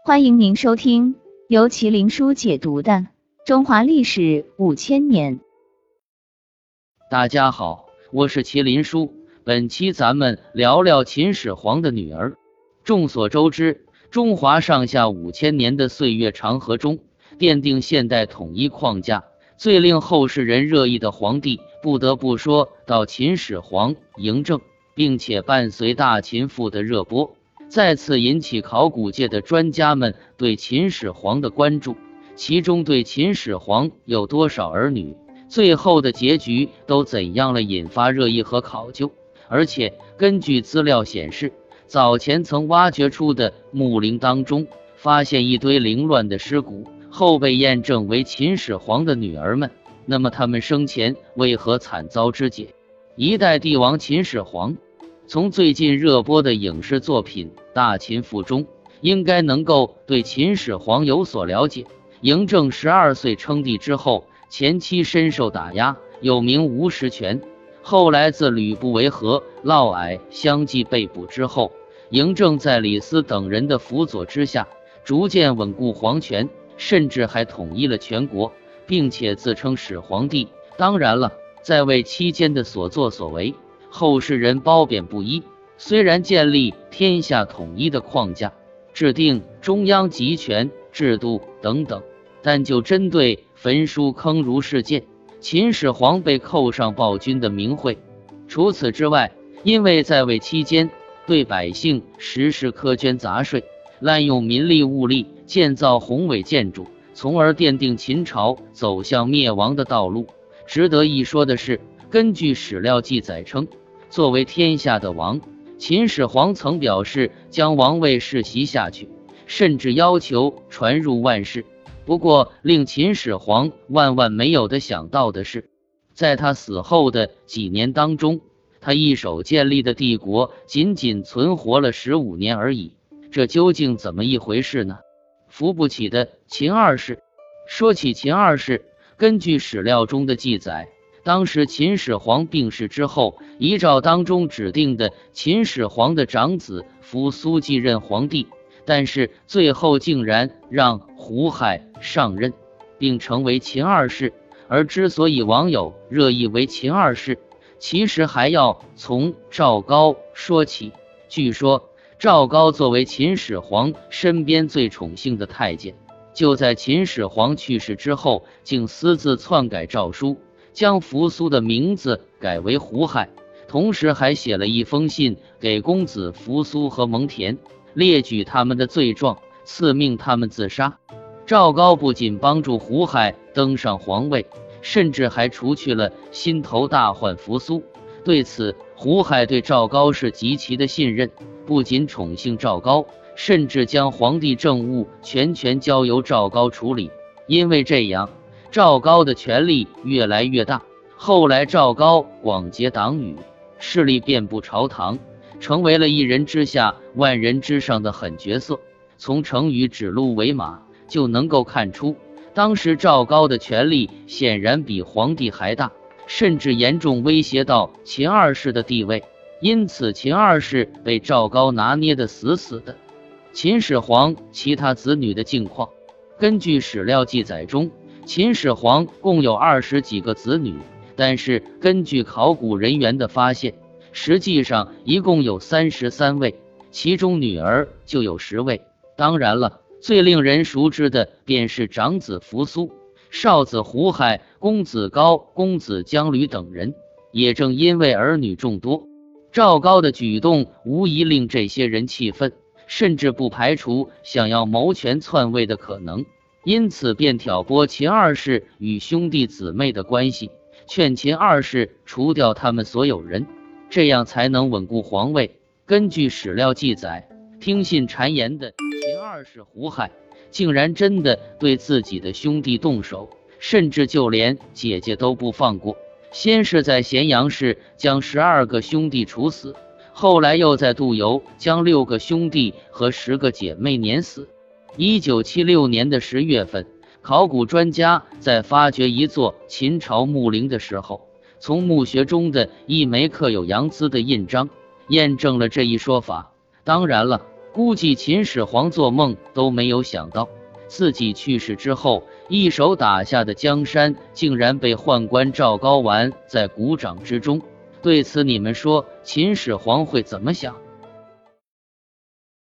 欢迎您收听由麒麟书解读的《中华历史5000年》。 大家好，我是麒麟书。本期咱们聊聊秦始皇的女儿。众所周知，中华上下5000年的岁月长河中，奠定现代统一框架、最令后世人热议的皇帝，不得不说到秦始皇嬴政，并且伴随大秦赋的热播，再次引起考古界的专家们对秦始皇的关注。其中对秦始皇有多少儿女，最后的结局都怎样了，引发热议和考究。而且根据资料显示，早前曾挖掘出的墓陵当中发现一堆凌乱的尸骨，后被验证为秦始皇的女儿们。那么他们生前为何惨遭肢解？一代帝王秦始皇，从最近热播的影视作品《大秦赋》中，应该能够对秦始皇有所了解。嬴政12岁称帝之后，前期深受打压，有名无实权。后来自吕不韦和嫪毐相继被捕之后，嬴政在李斯等人的辅佐之下，逐渐稳固皇权，甚至还统一了全国，并且自称始皇帝。当然了，在位期间的所作所为，后世人褒贬不一。虽然建立天下统一的框架，制定中央集权制度等等，但就针对焚书坑儒事件，秦始皇被扣上暴君的名讳。除此之外，因为在位期间对百姓实施苛捐杂税，滥用民力物力，建造宏伟建筑，从而奠定秦朝走向灭亡的道路。值得一说的是，根据史料记载称，作为天下的王，秦始皇曾表示将王位世袭下去，甚至要求传入万世。不过令秦始皇万万没有的想到的是，在他死后的几年当中，他一手建立的帝国仅仅存活了15年而已。这究竟怎么一回事呢？扶不起的秦二世。说起秦二世，根据史料中的记载，当时秦始皇病逝之后，遗诏当中指定的秦始皇的长子扶苏继任皇帝，但是最后竟然让胡亥上任，并成为秦二世。而之所以网友热议为秦二世，其实还要从赵高说起。据说赵高作为秦始皇身边最宠幸的太监，就在秦始皇去世之后，竟私自篡改诏书，将扶苏的名字改为胡亥，同时还写了一封信给公子扶苏和蒙恬，列举他们的罪状，赐命他们自杀。赵高不仅帮助胡亥登上皇位，甚至还除去了心头大患扶苏。对此，胡亥对赵高是极其的信任，不仅宠幸赵高，甚至将皇帝政务全权交由赵高处理。因为这样，赵高的权力越来越大。后来赵高广结党羽，势力遍布朝堂，成为了一人之下万人之上的狠角色。从成语指鹿为马就能够看出，当时赵高的权力显然比皇帝还大，甚至严重威胁到秦二世的地位。因此秦二世被赵高拿捏得死死的。秦始皇其他子女的境况，根据史料记载中，秦始皇共有20几个子女，但是根据考古人员的发现，实际上一共有33位，其中女儿就有10位。当然了，最令人熟知的便是长子扶苏、少子胡亥、公子高、公子姜吕等人。也正因为儿女众多，赵高的举动无疑令这些人气愤，甚至不排除想要谋权篡位的可能。因此便挑拨秦二世与兄弟姊妹的关系，劝秦二世除掉他们所有人，这样才能稳固皇位。根据史料记载，听信谗言的秦二世胡亥竟然真的对自己的兄弟动手，甚至就连姐姐都不放过。先是在咸阳市将12个兄弟处死，后来又在杜游将6个兄弟和10个姐妹碾死。1976年的10月份，考古专家在发掘一座秦朝墓陵的时候，从墓穴中的一枚刻有羊字的印章验证了这一说法。当然了， 估计秦始皇做梦都没有想到，自己去世之后，一手打下的江山竟然被宦官赵高玩在股掌之中。对此你们说秦始皇会怎么想？